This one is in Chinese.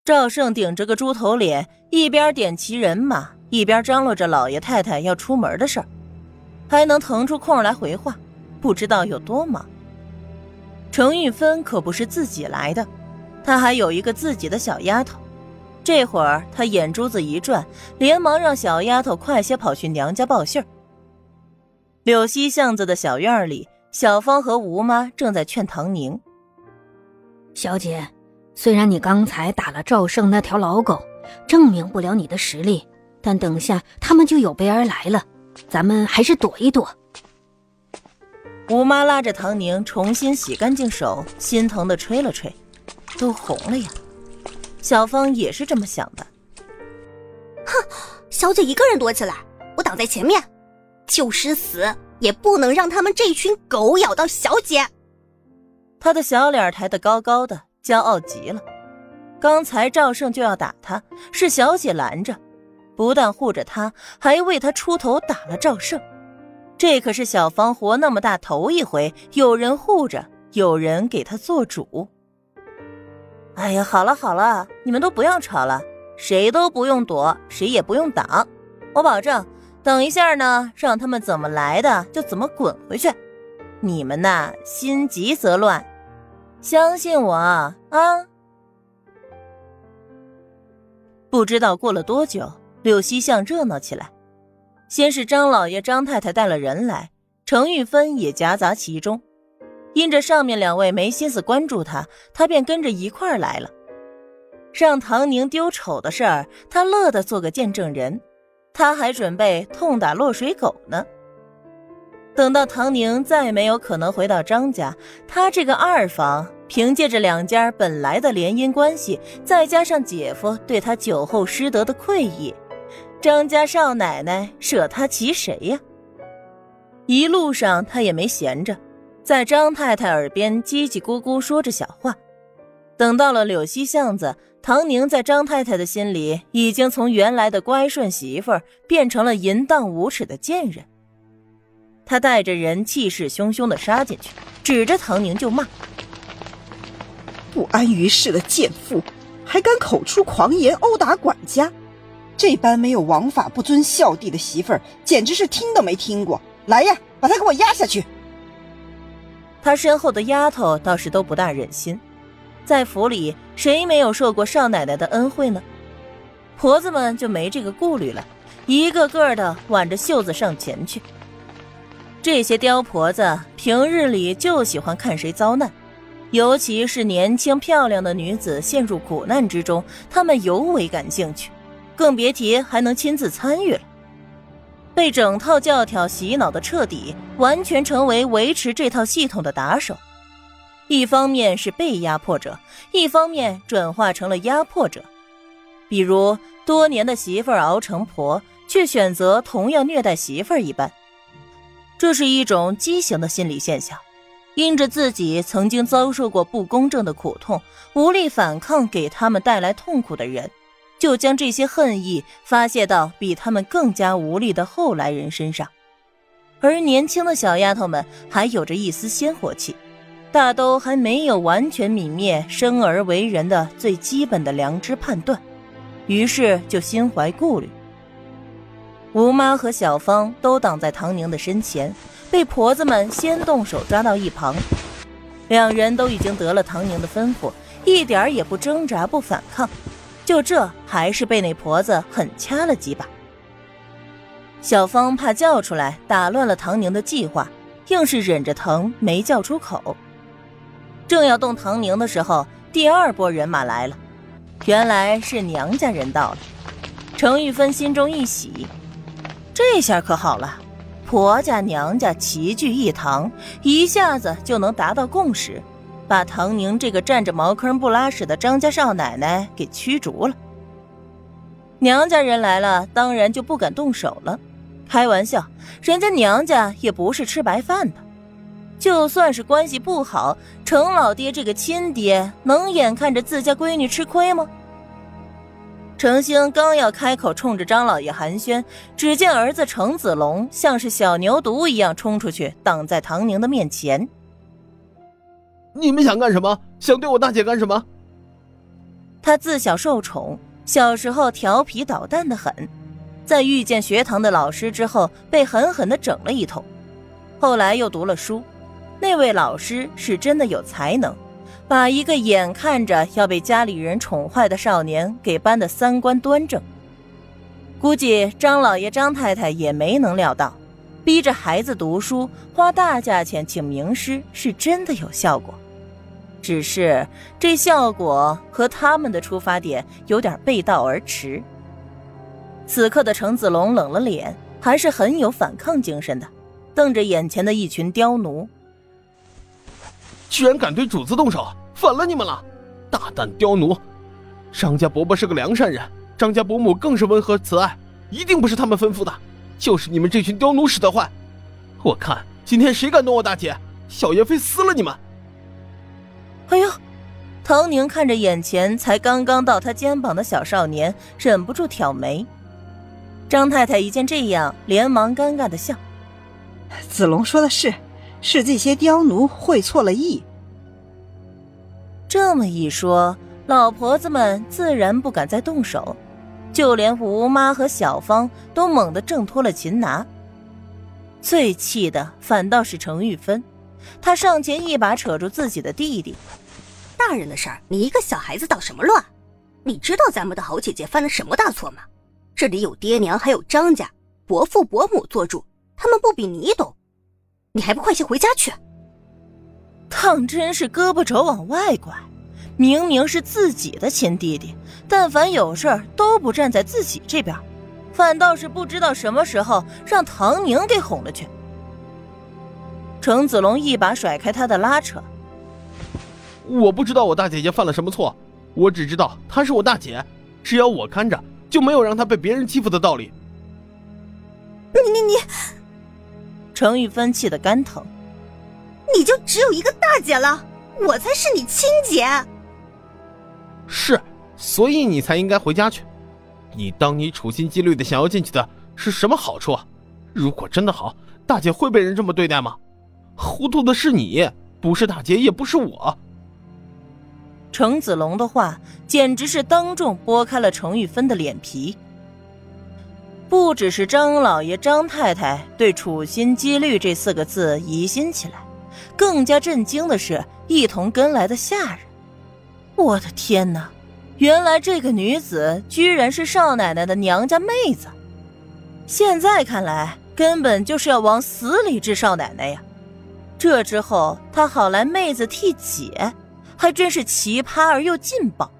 赵胜顶着个猪头脸，一边点齐人马，一边张罗着老爷太太要出门的事儿，还能腾出空来回话，不知道有多忙。程玉芬可不是自己来的，她还有一个自己的小丫头。这会儿她眼珠子一转，连忙让小丫头快些跑去娘家报信儿。柳溪巷子的小院里，小芳和吴妈正在劝唐宁。 小姐，虽然你刚才打了赵胜那条老狗，证明不了你的实力，但等下他们就有备而来了，咱们还是躲一躲。 吴妈拉着唐宁重新洗干净手，心疼地吹了吹，都红了呀。小芳也是这么想的。 哼，小姐一个人躲起来，我挡在前面，就是死也不能让他们这群狗咬到小姐。 她的小脸抬得高高的，骄傲极了。刚才赵胜就要打她，是小姐拦着，不但护着她，还为她出头打了赵胜。这可是小芳活那么大头一回，有人护着，有人给她做主。哎呀，好了好了，你们都不要吵了，谁都不用躲，谁也不用挡。我保证，等一下呢，让他们怎么来的就怎么滚回去。你们呐，心急则乱，相信我啊！不知道过了多久，柳溪巷热闹起来。先是张老爷张太太带了人来，程玉芬也夹杂其中。因着上面两位没心思关注他，他便跟着一块儿来了。让唐宁丢丑的事儿，他乐得做个见证人，他还准备痛打落水狗呢。等到唐宁再没有可能回到张家，他这个二房凭借着两家本来的联姻关系，再加上姐夫对他酒后失德的愧意，张家少奶奶舍他其谁呀？一路上他也没闲着，在张太太耳边叽叽咕咕说着小话。等到了柳溪巷子，唐宁在张太太的心里已经从原来的乖顺媳妇儿变成了淫荡无耻的贱人。他带着人气势汹汹地杀进去，指着唐宁就骂： 不安于世的贱妇，还敢口出狂言殴打管家，这般没有王法不遵孝弟的媳妇儿，简直是听都没听过。来呀，把他给我压下去。 他身后的丫头倒是都不大忍心，在府里谁没有受过少奶奶的恩惠呢？婆子们就没这个顾虑了，一个个的挽着袖子上前去。这些刁婆子平日里就喜欢看谁遭难，尤其是年轻漂亮的女子陷入苦难之中，她们尤为感兴趣，更别提还能亲自参与了。被整套教条洗脑的彻底，完全成为维持这套系统的打手。一方面是被压迫者，一方面转化成了压迫者。比如多年的媳妇儿熬成婆，却选择同样虐待媳妇儿一般。这是一种畸形的心理现象，因着自己曾经遭受过不公正的苦痛，无力反抗给他们带来痛苦的人，就将这些恨意发泄到比他们更加无力的后来人身上。而年轻的小丫头们还有着一丝鲜活气，大都还没有完全泯灭生而为人的最基本的良知判断，于是就心怀顾虑。吴妈和小芳都挡在唐宁的身前，被婆子们先动手抓到一旁。两人都已经得了唐宁的吩咐，一点也不挣扎不反抗，就这还是被那婆子狠掐了几把。小芳怕叫出来打乱了唐宁的计划，硬是忍着疼没叫出口。正要动唐宁的时候，第二波人马来了，原来是娘家人到了。程玉芬心中一喜，这下可好了，婆家娘家齐聚一堂，一下子就能达到共识，把唐宁这个占着茅坑不拉屎的张家少奶奶给驱逐了。娘家人来了，当然就不敢动手了。开玩笑，人家娘家也不是吃白饭的，就算是关系不好，程老爹这个亲爹能眼看着自家闺女吃亏吗？程兴刚要开口冲着张老爷寒暄，只见儿子程子龙像是小牛犊一样冲出去，挡在唐宁的面前。 你们想干什么？想对我大姐干什么？ 他自小受宠，小时候调皮捣蛋得很，在遇见学堂的老师之后被狠狠地整了一通，后来又读了书，那位老师是真的有才能，把一个眼看着要被家里人宠坏的少年给扳得三观端正。估计张老爷张太太也没能料到，逼着孩子读书，花大价钱请名师是真的有效果，只是这效果和他们的出发点有点背道而驰。此刻的程子龙冷了脸，还是很有反抗精神的，瞪着眼前的一群刁奴。 居然敢对主子动手，反了你们了！大胆刁奴！张家伯伯是个良善人，张家伯母更是温和慈爱，一定不是他们吩咐的，就是你们这群刁奴使的坏。我看今天谁敢动我大姐，小爷非撕了你们！ 哎呦！唐宁看着眼前才刚刚到他肩膀的小少年，忍不住挑眉。张太太一见这样，连忙尴尬地笑。 子龙说的是这些刁奴会错了意。 这么一说，老婆子们自然不敢再动手，就连吴妈和小芳都猛地挣脱了擒拿。最气的反倒是程玉芬，她上前一把扯住自己的弟弟。 大人的事儿你一个小孩子捣什么乱？你知道咱们的好姐姐犯了什么大错吗？这里有爹娘还有张家伯父伯母做主，他们不比你懂，你还不快些回家去？ 当真是胳膊肘往外拐，明明是自己的亲弟弟，但凡有事儿都不站在自己这边，反倒是不知道什么时候让唐宁给哄了去。程子龙一把甩开他的拉扯。 我不知道我大姐姐犯了什么错，我只知道她是我大姐，只要我看着，就没有让她被别人欺负的道理。 你程玉芬气得肝疼。 你就只有一个大姐了，我才是你亲姐。 是，所以你才应该回家去。你当你处心积虑的想要进去的是什么好处啊？如果真的好，大姐会被人这么对待吗？糊涂的是你，不是大姐也不是我。 程子龙的话简直是当众剥开了程玉芬的脸皮。不只是张老爷张太太对处心积虑这4个字疑心起来，更加震惊的是一同跟来的下人。我的天哪，原来这个女子居然是少奶奶的娘家妹子，现在看来根本就是要往死里治少奶奶呀。这之后她好来妹子替姐，还真是奇葩而又劲爆。